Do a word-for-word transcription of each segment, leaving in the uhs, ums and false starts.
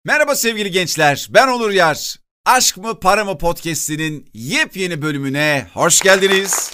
Merhaba sevgili gençler, ben Onur Yar. Aşk mı Para mı podcast'inin yepyeni bölümüne hoş geldiniz.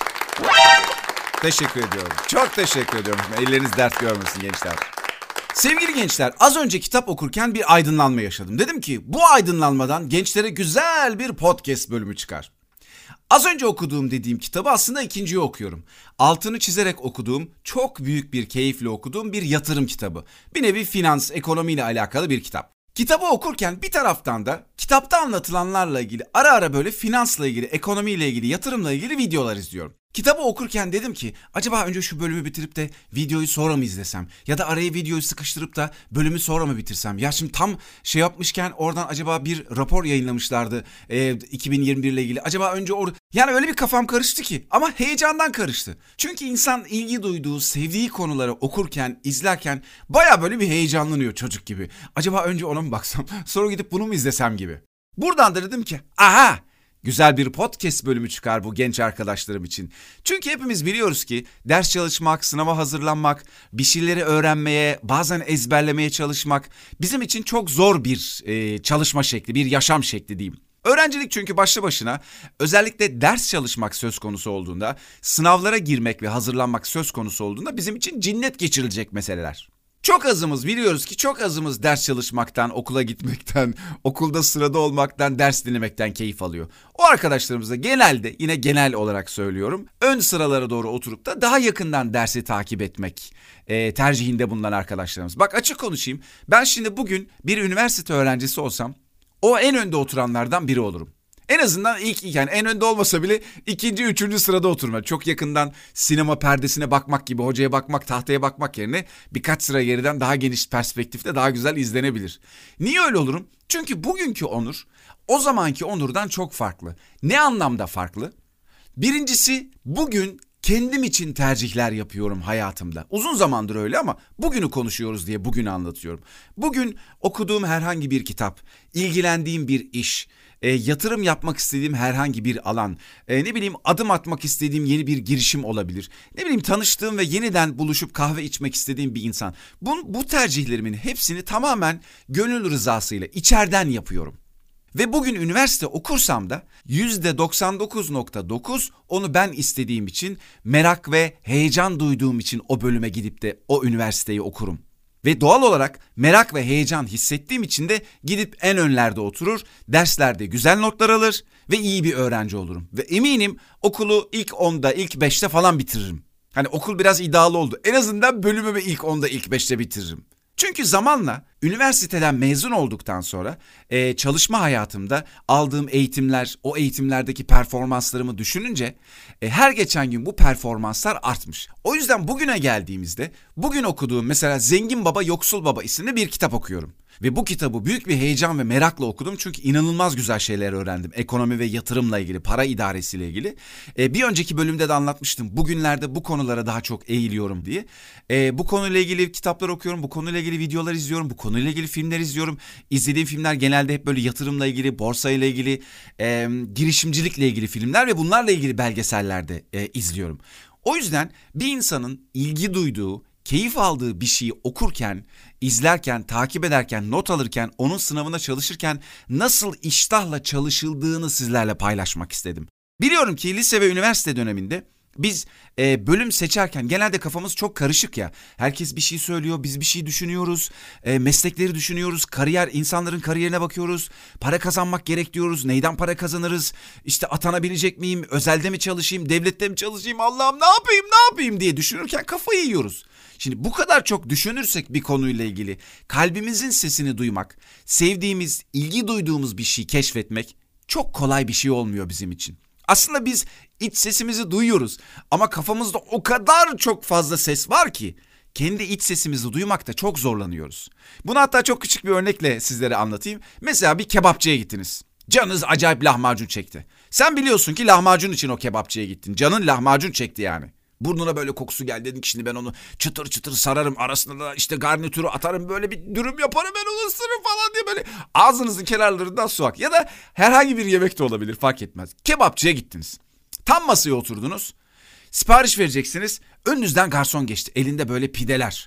Teşekkür ediyorum, çok teşekkür ediyorum. Elleriniz dert görmesin gençler. Sevgili gençler, az önce kitap okurken bir aydınlanma yaşadım. Dedim ki bu aydınlanmadan gençlere güzel bir podcast bölümü çıkar. Az önce okuduğum dediğim kitabı aslında ikinciyi okuyorum. Altını çizerek okuduğum, çok büyük bir keyifle okuduğum bir yatırım kitabı. Bir nevi finans, ekonomiyle alakalı bir kitap. Kitabı okurken bir taraftan da kitapta anlatılanlarla ilgili ara ara böyle finansla ilgili, ekonomiyle ilgili, yatırımla ilgili videolar izliyorum. Kitabı okurken dedim ki acaba önce şu bölümü bitirip de videoyu sonra mı izlesem? Ya da araya videoyu sıkıştırıp da bölümü sonra mı bitirsem? Ya şimdi tam şey yapmışken oradan acaba bir rapor yayınlamışlardı e, iki bin yirmi bir ile ilgili. Acaba önce orada... Yani öyle bir kafam karıştı ki ama heyecandan karıştı. Çünkü insan ilgi duyduğu, sevdiği konuları okurken, izlerken baya böyle bir heyecanlanıyor çocuk gibi. Acaba önce ona mı baksam, sonra gidip bunu mu izlesem gibi. Buradan da dedim ki aha! Güzel bir podcast bölümü çıkar bu genç arkadaşlarım için. Çünkü hepimiz biliyoruz ki ders çalışmak, sınava hazırlanmak, bir şeyleri öğrenmeye, bazen ezberlemeye çalışmak bizim için çok zor bir e, çalışma şekli, bir yaşam şekli diyeyim. Öğrencilik çünkü başlı başına özellikle ders çalışmak söz konusu olduğunda, sınavlara girmek ve hazırlanmak söz konusu olduğunda bizim için cinnet geçirilecek meseleler. Çok azımız biliyoruz ki çok azımız ders çalışmaktan, okula gitmekten, okulda sırada olmaktan, ders dinlemekten keyif alıyor. O arkadaşlarımız da genelde, yine genel olarak söylüyorum, ön sıralara doğru oturup da daha yakından dersi takip etmek e, tercihinde bulunan arkadaşlarımız. Bak açık konuşayım, ben şimdi bugün bir üniversite öğrencisi olsam o en önde oturanlardan biri olurum. En azından ilk yani en önde olmasa bile ikinci, üçüncü sırada oturma. Çok yakından sinema perdesine bakmak gibi, hocaya bakmak, tahtaya bakmak yerine birkaç sıra geriden daha geniş perspektifte daha güzel izlenebilir. Niye öyle olurum? Çünkü bugünkü Onur o zamanki Onur'dan çok farklı. Ne anlamda farklı? Birincisi bugün kendim için tercihler yapıyorum hayatımda. Uzun zamandır öyle ama bugünü konuşuyoruz diye bugünü anlatıyorum. Bugün okuduğum herhangi bir kitap, ilgilendiğim bir iş, E, yatırım yapmak istediğim herhangi bir alan, e, ne bileyim adım atmak istediğim yeni bir girişim olabilir. Ne bileyim tanıştığım ve yeniden buluşup kahve içmek istediğim bir insan. Bu, bu tercihlerimin hepsini tamamen gönül rızasıyla içeriden yapıyorum. Ve bugün üniversite okursam da yüzde doksan dokuz nokta dokuz onu ben istediğim için, merak ve heyecan duyduğum için o bölüme gidip de o üniversiteyi okurum. Ve doğal olarak merak ve heyecan hissettiğim için de gidip en önlerde oturur, derslerde güzel notlar alır ve iyi bir öğrenci olurum. Ve eminim okulu ilk onda, ilk beşte falan bitiririm. Hani okul biraz iddialı oldu. En azından bölümümü ilk onda, ilk beşte bitiririm. Çünkü zamanla üniversiteden mezun olduktan sonra e, çalışma hayatımda aldığım eğitimler, o eğitimlerdeki performanslarımı düşününce e, her geçen gün bu performanslar artmış. O yüzden bugüne geldiğimizde bugün okuduğum mesela Zengin Baba Yoksul Baba isimli bir kitap okuyorum. Ve bu kitabı büyük bir heyecan ve merakla okudum çünkü inanılmaz güzel şeyler öğrendim. Ekonomi ve yatırımla ilgili, para idaresiyle ilgili. Ee, bir önceki bölümde de anlatmıştım. Bugünlerde bu konulara daha çok eğiliyorum diye. Ee, bu konuyla ilgili kitaplar okuyorum, bu konuyla ilgili videolar izliyorum, bu konuyla ilgili filmler izliyorum. İzlediğim filmler genelde hep böyle yatırımla ilgili, borsayla ilgili, e, girişimcilikle ilgili filmler ve bunlarla ilgili belgeseller de e, izliyorum. O yüzden bir insanın ilgi duyduğu, keyif aldığı bir şeyi okurken, izlerken, takip ederken, not alırken, onun sınavına çalışırken nasıl iştahla çalışıldığını sizlerle paylaşmak istedim. Biliyorum ki lise ve üniversite döneminde biz e, bölüm seçerken genelde kafamız çok karışık ya. Herkes bir şey söylüyor, biz bir şey düşünüyoruz, e, meslekleri düşünüyoruz, kariyer, insanların kariyerine bakıyoruz, para kazanmak gerek diyoruz, neyden para kazanırız, işte atanabilecek miyim, özelde mi çalışayım, devlette mi çalışayım, Allah'ım ne yapayım, ne yapayım diye düşünürken kafayı yiyoruz. Şimdi bu kadar çok düşünürsek bir konuyla ilgili kalbimizin sesini duymak, sevdiğimiz, ilgi duyduğumuz bir şey keşfetmek çok kolay bir şey olmuyor bizim için. Aslında biz iç sesimizi duyuyoruz ama kafamızda o kadar çok fazla ses var ki kendi iç sesimizi duymakta çok zorlanıyoruz. Bunu hatta çok küçük bir örnekle sizlere anlatayım. Mesela bir kebapçıya gittiniz. Canınız acayip lahmacun çekti. Sen biliyorsun ki lahmacun için o kebapçıya gittin. Canın lahmacun çekti yani. Burnuna böyle kokusu geldi, dedin ki şimdi ben onu çıtır çıtır sararım, arasına da işte garnitürü atarım, böyle bir dürüm yaparım, ben onu ısırırım falan diye böyle ağzınızın kenarlarından su ak. Ya da herhangi bir yemek de olabilir, fark etmez. Kebapçıya gittiniz. Tam masaya oturdunuz. Sipariş vereceksiniz. Önünüzden garson geçti. Elinde böyle pideler.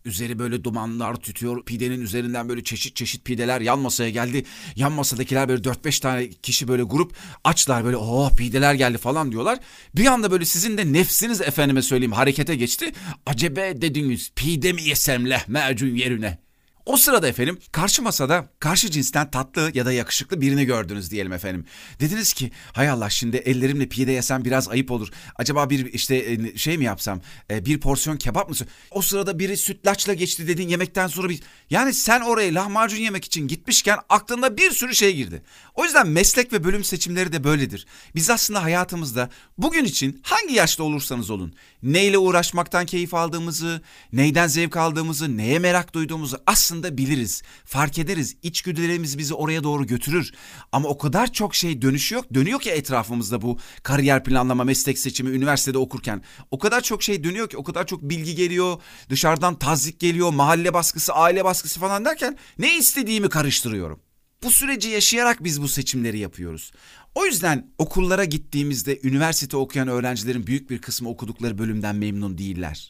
Üzeri böyle dumanlar tütüyor. Pidenin üzerinden böyle çeşit çeşit pideler yan masaya geldi. Yan masadakiler böyle dört beş tane kişi böyle grup açlar böyle oh pideler geldi falan diyorlar. Bir anda böyle sizin de nefsiniz efendime söyleyeyim harekete geçti. Acaba dediniz pide mi yesem lahmacun yerine? O sırada efendim karşı masada karşı cinsten tatlı ya da yakışıklı birini gördünüz diyelim efendim. Dediniz ki hay Allah şimdi ellerimle pide yesem biraz ayıp olur. Acaba bir işte şey mi yapsam bir porsiyon kebap mı? O sırada biri sütlaçla geçti dedin yemekten sonra bir... Yani sen oraya lahmacun yemek için gitmişken aklında bir sürü şey girdi. O yüzden meslek ve bölüm seçimleri de böyledir. Biz aslında hayatımızda bugün için hangi yaşta olursanız olun neyle uğraşmaktan keyif aldığımızı, neyden zevk aldığımızı, neye merak duyduğumuzu aslında da biliriz, fark ederiz, içgüdülerimiz bizi oraya doğru götürür. Ama o kadar çok şey dönüşüyor, dönüyor ki etrafımızda bu kariyer planlama, meslek seçimi, üniversitede okurken. O kadar çok şey dönüyor ki, o kadar çok bilgi geliyor, dışarıdan tazyik geliyor, mahalle baskısı, aile baskısı falan derken ne istediğimi karıştırıyorum. Bu süreci yaşayarak biz bu seçimleri yapıyoruz. O yüzden okullara gittiğimizde üniversite okuyan öğrencilerin büyük bir kısmı okudukları bölümden memnun değiller.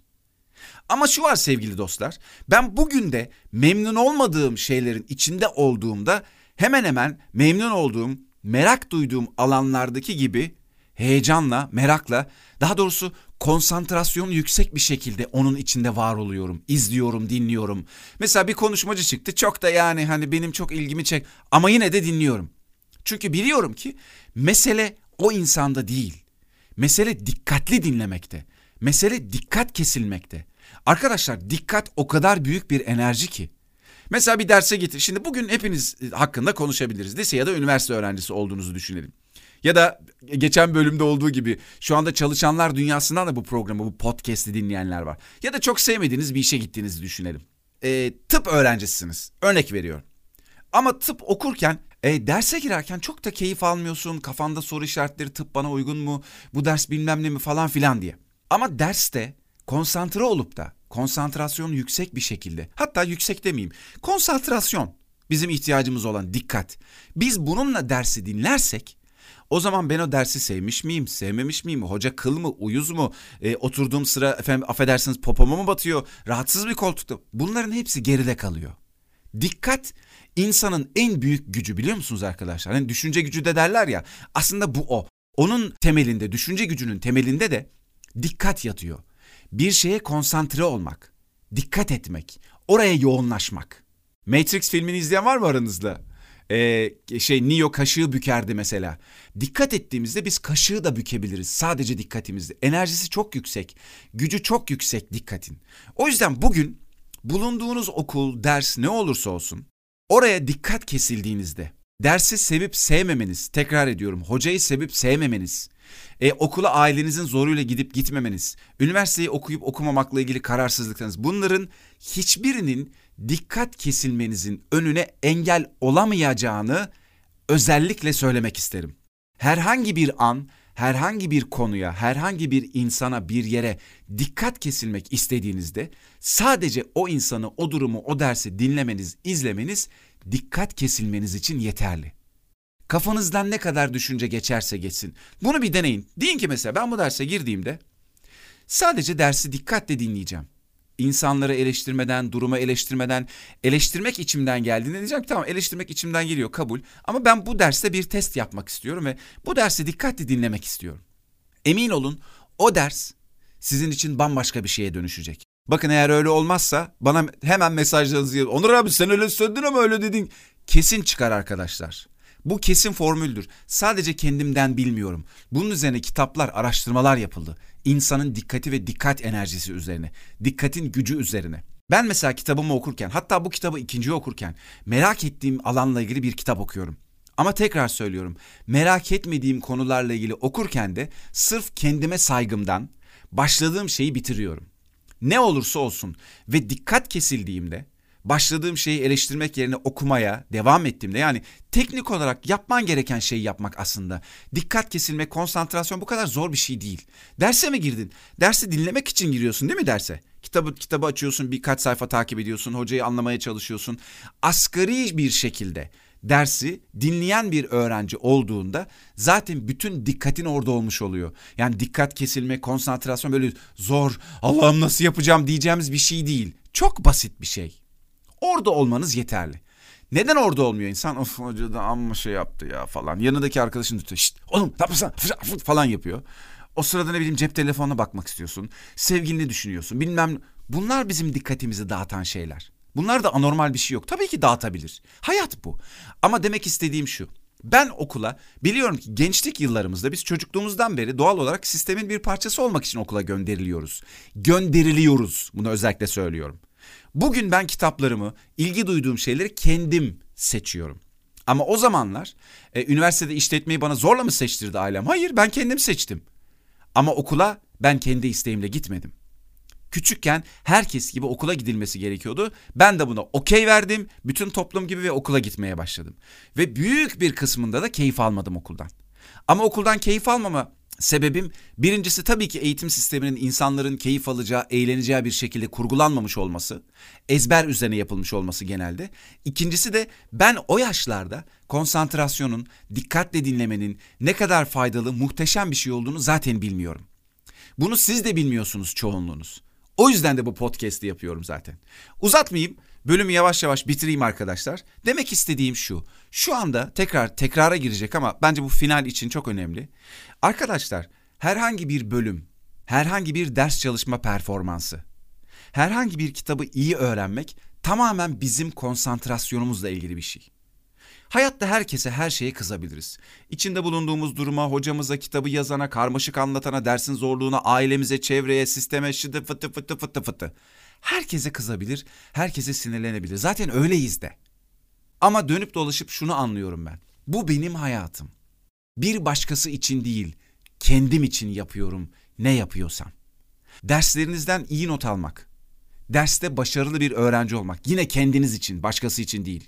Ama şu var sevgili dostlar, ben bugün de memnun olmadığım şeylerin içinde olduğumda hemen hemen memnun olduğum, merak duyduğum alanlardaki gibi heyecanla, merakla, daha doğrusu konsantrasyonu yüksek bir şekilde onun içinde var oluyorum, izliyorum, dinliyorum. Mesela bir konuşmacı çıktı, çok da yani hani benim çok ilgimi çek ama yine de dinliyorum. Çünkü biliyorum ki mesele o insanda değil, mesele dikkatli dinlemekte. Mesele dikkat kesilmekte. Arkadaşlar dikkat o kadar büyük bir enerji ki. Mesela bir derse git. Şimdi bugün hepiniz hakkında konuşabiliriz. Lise ya da üniversite öğrencisi olduğunuzu düşünelim. Ya da geçen bölümde olduğu gibi şu anda çalışanlar dünyasından da bu programı, bu podcast'i dinleyenler var. Ya da çok sevmediğiniz bir işe gittiğinizi düşünelim. E, tıp öğrencisisiniz. Örnek veriyorum. Ama tıp okurken e, derse girerken çok da keyif almıyorsun. Kafanda soru işaretleri tıp bana uygun mu? Bu ders bilmem ne mi falan filan diye. Ama derste konsantre olup da konsantrasyonu yüksek bir şekilde, hatta yüksek demeyeyim, konsantrasyon bizim ihtiyacımız olan dikkat. Biz bununla dersi dinlersek o zaman ben o dersi sevmiş miyim, sevmemiş miyim, hoca kıl mı, uyuz mu, e, oturduğum sıra efendim affedersiniz popoma mı batıyor, rahatsız bir koltukta, bunların hepsi geride kalıyor. Dikkat insanın en büyük gücü biliyor musunuz arkadaşlar? Hani düşünce gücü de derler ya, aslında bu o. Onun temelinde, düşünce gücünün temelinde de dikkat yatıyor. Bir şeye konsantre olmak, dikkat etmek, oraya yoğunlaşmak. Matrix filmini izleyen var mı aranızda? Ee, şey Neo kaşığı bükerdi mesela. Dikkat ettiğimizde biz kaşığı da bükebiliriz sadece dikkatimizle. Enerjisi çok yüksek, gücü çok yüksek dikkatin. O yüzden bugün bulunduğunuz okul, ders ne olursa olsun oraya dikkat kesildiğinizde dersi sevip sevmemeniz, tekrar ediyorum hocayı sevip sevmemeniz, E, okula ailenizin zoruyla gidip gitmemeniz, üniversiteyi okuyup okumamakla ilgili kararsızlıklarınız, bunların hiçbirinin dikkat kesilmenizin önüne engel olamayacağını özellikle söylemek isterim. Herhangi bir an, herhangi bir konuya, herhangi bir insana, bir yere dikkat kesilmek istediğinizde sadece o insanı, o durumu, o dersi dinlemeniz, izlemeniz dikkat kesilmeniz için yeterli. Kafanızdan ne kadar düşünce geçerse geçsin. Bunu bir deneyin. Deyin ki mesela ben bu derse girdiğimde sadece dersi dikkatle dinleyeceğim. İnsanları eleştirmeden, durumu eleştirmeden, eleştirmek içimden geldiğinde diyeceğim ki tamam eleştirmek içimden geliyor kabul. Ama ben bu derste bir test yapmak istiyorum ve bu dersi dikkatle dinlemek istiyorum. Emin olun o ders sizin için bambaşka bir şeye dönüşecek. Bakın eğer öyle olmazsa bana hemen mesajlarınızı yazın. Onur abi sen öyle söyledin ama öyle dedin. Kesin çıkar arkadaşlar. Bu kesin formüldür. Sadece kendimden bilmiyorum. Bunun üzerine kitaplar, araştırmalar yapıldı. İnsanın dikkati ve dikkat enerjisi üzerine, dikkatin gücü üzerine. Ben mesela kitabımı okurken, hatta bu kitabı ikinciyi okurken merak ettiğim alanla ilgili bir kitap okuyorum. Ama tekrar söylüyorum, merak etmediğim konularla ilgili okurken de sırf kendime saygımdan başladığım şeyi bitiriyorum. Ne olursa olsun ve dikkat kesildiğimde, başladığım şeyi eleştirmek yerine okumaya devam ettiğimde, yani teknik olarak yapman gereken şeyi yapmak aslında. Dikkat kesilmek, konsantrasyon bu kadar zor bir şey değil. Derse mi girdin? Dersi dinlemek için giriyorsun değil mi derse? Kitabı, kitabı açıyorsun, birkaç sayfa takip ediyorsun, hocayı anlamaya çalışıyorsun. Asgari bir şekilde dersi dinleyen bir öğrenci olduğunda zaten bütün dikkatin orada olmuş oluyor. Yani dikkat kesilme, konsantrasyon böyle zor, Allah'ım nasıl yapacağım diyeceğimiz bir şey değil. Çok basit bir şey. Orada olmanız yeterli. Neden orada olmuyor insan? Of hoca da amma şey yaptı ya falan. Yanındaki arkadaşın tutuyor. Şşt oğlum ne yapıyorsun falan yapıyor. O sırada ne bileyim cep telefonuna bakmak istiyorsun. Sevgilini düşünüyorsun. Bilmem. Bunlar bizim dikkatimizi dağıtan şeyler. Bunlar da anormal bir şey yok. Tabii ki dağıtabilir. Hayat bu. Ama demek istediğim şu. Ben okula biliyorum ki gençlik yıllarımızda biz çocukluğumuzdan beri doğal olarak sistemin bir parçası olmak için okula gönderiliyoruz. Gönderiliyoruz. Bunu özellikle söylüyorum. Bugün ben kitaplarımı, ilgi duyduğum şeyleri kendim seçiyorum. Ama o zamanlar e, üniversitede işletmeyi bana zorla mı seçtirdi ailem? Hayır, ben kendim seçtim. Ama okula ben kendi isteğimle gitmedim. Küçükken herkes gibi okula gidilmesi gerekiyordu. Ben de buna okey verdim. Bütün toplum gibi ve okula gitmeye başladım. Ve büyük bir kısmında da keyif almadım okuldan. Ama okuldan keyif almama sebebim birincisi tabii ki eğitim sisteminin insanların keyif alacağı, eğleneceği bir şekilde kurgulanmamış olması. Ezber üzerine yapılmış olması genelde. İkincisi de ben o yaşlarda konsantrasyonun, dikkatle dinlemenin ne kadar faydalı, muhteşem bir şey olduğunu zaten bilmiyorum. Bunu siz de bilmiyorsunuz çoğunluğunuz. O yüzden de bu podcast'i yapıyorum zaten. Uzatmayayım, bölümü yavaş yavaş bitireyim arkadaşlar. Demek istediğim şu, şu anda tekrar tekrara girecek ama bence bu final için çok önemli. Arkadaşlar, herhangi bir bölüm, herhangi bir ders çalışma performansı, herhangi bir kitabı iyi öğrenmek tamamen bizim konsantrasyonumuzla ilgili bir şey. Hayatta herkese her şeye kızabiliriz. İçinde bulunduğumuz duruma, hocamıza, kitabı yazana, karmaşık anlatana, dersin zorluğuna, ailemize, çevreye, sisteme, şıdı fıtı fıtı fıtı fıtı. Herkese kızabilir, herkese sinirlenebilir. Zaten öyleyiz de. Ama dönüp dolaşıp şunu anlıyorum ben. Bu benim hayatım. Bir başkası için değil, kendim için yapıyorum ne yapıyorsam. Derslerinizden iyi not almak, derste başarılı bir öğrenci olmak, yine kendiniz için, başkası için değil.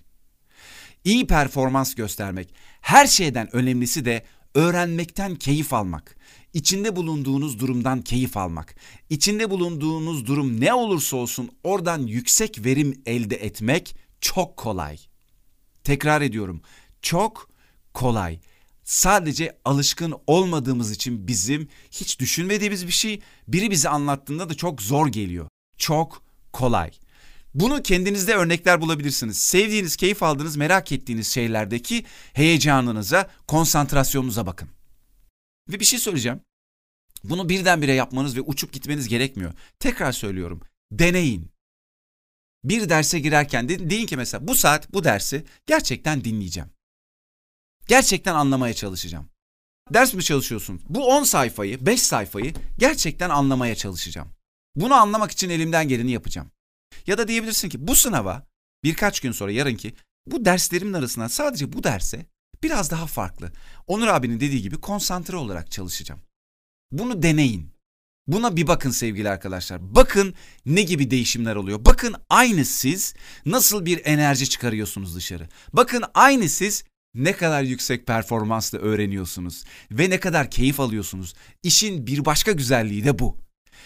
İyi performans göstermek, her şeyden önemlisi de öğrenmekten keyif almak. İçinde bulunduğunuz durumdan keyif almak. İçinde bulunduğunuz durum ne olursa olsun oradan yüksek verim elde etmek çok kolay. Tekrar ediyorum, çok kolay. Sadece alışkın olmadığımız için bizim hiç düşünmediğimiz bir şey biri bize anlattığında da çok zor geliyor. Çok kolay. Bunu kendinizde örnekler bulabilirsiniz. Sevdiğiniz, keyif aldığınız, merak ettiğiniz şeylerdeki heyecanınıza, konsantrasyonunuza bakın. Ve bir şey söyleyeceğim. Bunu birdenbire yapmanız ve uçup gitmeniz gerekmiyor. Tekrar söylüyorum. Deneyin. Bir derse girerken de, deyin ki mesela bu saat bu dersi gerçekten dinleyeceğim. Gerçekten anlamaya çalışacağım. Ders mi çalışıyorsun? Bu on sayfayı, beş sayfayı gerçekten anlamaya çalışacağım. Bunu anlamak için elimden geleni yapacağım. Ya da diyebilirsin ki bu sınava birkaç gün sonra yarınki bu derslerimin arasından sadece bu derse biraz daha farklı. Onur abinin dediği gibi konsantre olarak çalışacağım. Bunu deneyin. Buna bir bakın sevgili arkadaşlar. Bakın ne gibi değişimler oluyor. Bakın aynı siz nasıl bir enerji çıkarıyorsunuz dışarı. Bakın aynı siz ne kadar yüksek performansla öğreniyorsunuz ve ne kadar keyif alıyorsunuz. İşin bir başka güzelliği de bu.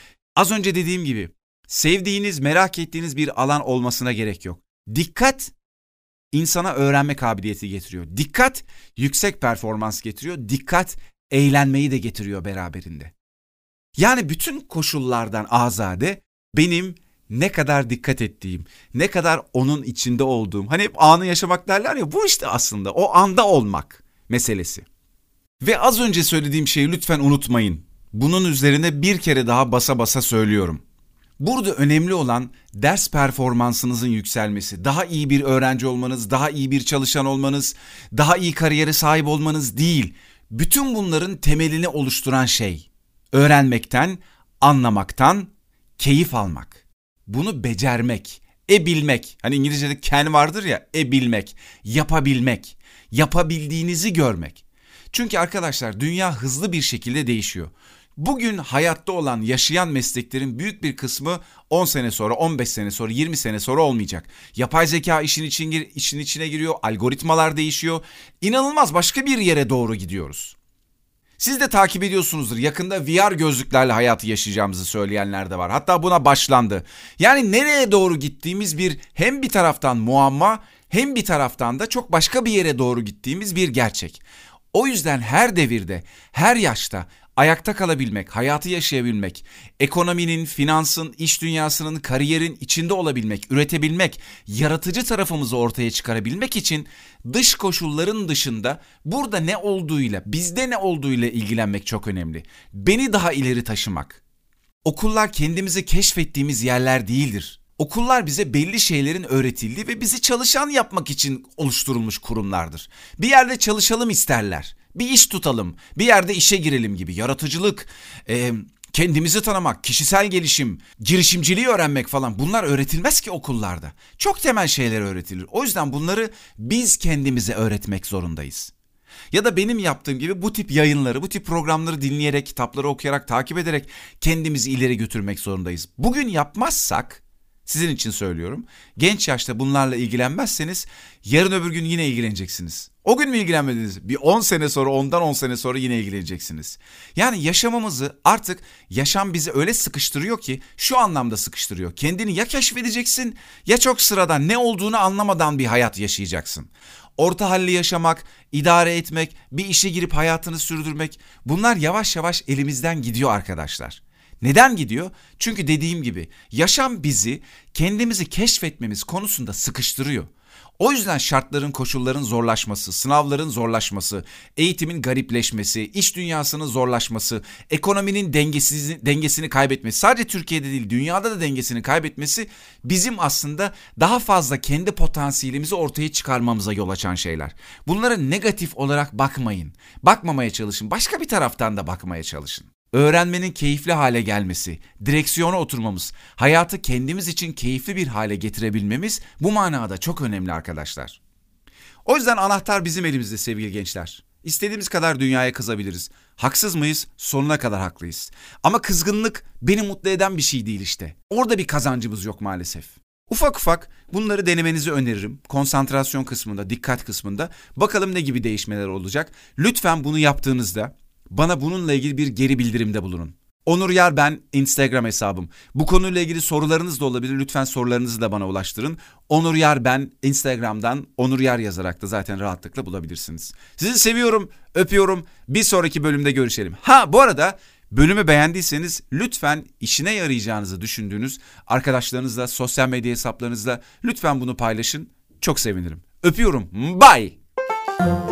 Az önce dediğim gibi sevdiğiniz, merak ettiğiniz bir alan olmasına gerek yok. Dikkat insana öğrenme kabiliyeti getiriyor. Dikkat yüksek performans getiriyor. Dikkat eğlenmeyi de getiriyor beraberinde. Yani bütün koşullardan azade benim ne kadar dikkat ettiğim, ne kadar onun içinde olduğum. Hani hep anı yaşamak derler ya, bu işte aslında o anda olmak meselesi. Ve az önce söylediğim şeyi lütfen unutmayın. Bunun üzerine bir kere daha basa basa söylüyorum. Burada önemli olan ders performansınızın yükselmesi, daha iyi bir öğrenci olmanız, daha iyi bir çalışan olmanız, daha iyi kariyere sahip olmanız değil. Bütün bunların temelini oluşturan şey, öğrenmekten, anlamaktan, keyif almak. Bunu becermek, ebilmek. Hani İngilizce'de can vardır ya, ebilmek, yapabilmek, yapabildiğinizi görmek. Çünkü arkadaşlar dünya hızlı bir şekilde değişiyor. Bugün hayatta olan, yaşayan mesleklerin büyük bir kısmı on sene sonra, on beş sene sonra, yirmi sene sonra olmayacak. Yapay zeka işin, için, işin içine giriyor, algoritmalar değişiyor. İnanılmaz başka bir yere doğru gidiyoruz. Siz de takip ediyorsunuzdur. Yakında V R gözlüklerle hayatı yaşayacağımızı söyleyenler de var. Hatta buna başlandı. Yani nereye doğru gittiğimiz bir hem bir taraftan muamma hem bir taraftan da çok başka bir yere doğru gittiğimiz bir gerçek. O yüzden her devirde, her yaşta ayakta kalabilmek, hayatı yaşayabilmek, ekonominin, finansın, iş dünyasının, kariyerin içinde olabilmek, üretebilmek, yaratıcı tarafımızı ortaya çıkarabilmek için dış koşulların dışında burada ne olduğuyla, bizde ne olduğuyla ilgilenmek çok önemli. Beni daha ileri taşımak. Okullar kendimizi keşfettiğimiz yerler değildir. Okullar bize belli şeylerin öğretildiği ve bizi çalışan yapmak için oluşturulmuş kurumlardır. Bir yerde çalışalım isterler, bir iş tutalım, bir yerde işe girelim gibi yaratıcılık, e, kendimizi tanımak, kişisel gelişim, girişimciliği öğrenmek falan bunlar öğretilmez ki okullarda. Çok temel şeyler öğretilir. O yüzden bunları biz kendimize öğretmek zorundayız. Ya da benim yaptığım gibi bu tip yayınları, bu tip programları dinleyerek, kitapları okuyarak, takip ederek kendimizi ileri götürmek zorundayız. Bugün yapmazsak, sizin için söylüyorum, genç yaşta bunlarla ilgilenmezseniz yarın öbür gün yine ilgileneceksiniz. O gün mü ilgilenmediniz? Bir on sene sonra, ondan on sene sonra yine ilgileneceksiniz. Yani yaşamamızı artık yaşam bizi öyle sıkıştırıyor ki, şu anlamda sıkıştırıyor. Kendini ya keşfedeceksin ya çok sıradan, ne olduğunu anlamadan bir hayat yaşayacaksın. Orta halli yaşamak, idare etmek, bir işe girip hayatını sürdürmek, bunlar yavaş yavaş elimizden gidiyor arkadaşlar. Neden gidiyor? Çünkü dediğim gibi yaşam bizi kendimizi keşfetmemiz konusunda sıkıştırıyor. O yüzden şartların, koşulların zorlaşması, sınavların zorlaşması, eğitimin garipleşmesi, iş dünyasının zorlaşması, ekonominin dengesiz, dengesini kaybetmesi, sadece Türkiye'de değil dünyada da dengesini kaybetmesi bizim aslında daha fazla kendi potansiyelimizi ortaya çıkarmamıza yol açan şeyler. Bunlara negatif olarak bakmayın, bakmamaya çalışın, başka bir taraftan da bakmaya çalışın. Öğrenmenin keyifli hale gelmesi, direksiyona oturmamız, hayatı kendimiz için keyifli bir hale getirebilmemiz bu manada çok önemli arkadaşlar. O yüzden anahtar bizim elimizde sevgili gençler. İstediğimiz kadar dünyaya kızabiliriz. Haksız mıyız? Sonuna kadar haklıyız. Ama kızgınlık beni mutlu eden bir şey değil işte. Orada bir kazancımız yok maalesef. Ufak ufak bunları denemenizi öneririm. Konsantrasyon kısmında, dikkat kısmında. Bakalım ne gibi değişmeler olacak. Lütfen bunu yaptığınızda bana bununla ilgili bir geri bildirimde bulunun. Onur Yar ben Instagram hesabım. Bu konuyla ilgili sorularınız da olabilir. Lütfen sorularınızı da bana ulaştırın. Onur Yar ben Instagram'dan Onur Yar yazarak da zaten rahatlıkla bulabilirsiniz. Sizi seviyorum, öpüyorum. Bir sonraki bölümde görüşelim. Ha bu arada bölümü beğendiyseniz lütfen işine yarayacağınızı düşündüğünüz arkadaşlarınızla, sosyal medya hesaplarınızla lütfen bunu paylaşın. Çok sevinirim. Öpüyorum. Bye.